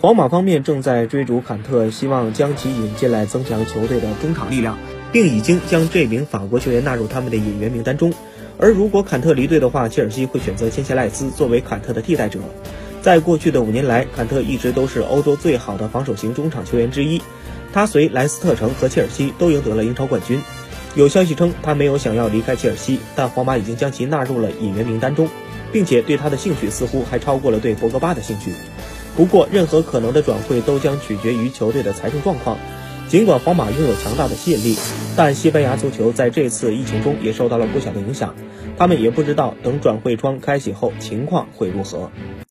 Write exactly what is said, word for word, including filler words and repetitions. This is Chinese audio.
皇马方面正在追逐坎特，希望将其引进来增强球队的中场力量，并已经将这名法国球员纳入他们的引援名单中。而如果坎特离队的话，切尔西会选择签下赖斯作为坎特的替代者。在过去的五年来，坎特一直都是欧洲最好的防守型中场球员之一，他随莱斯特城和切尔西都赢得了英超冠军。有消息称他没有想要离开切尔西，但皇马已经将其纳入了引援名单中，并且对他的兴趣似乎还超过了对博格巴的兴趣。不过任何可能的转会都将取决于球队的财政状况。尽管皇马拥有强大的吸引力，但西班牙足球在这次疫情中也受到了不小的影响，他们也不知道等转会窗开启后情况会如何。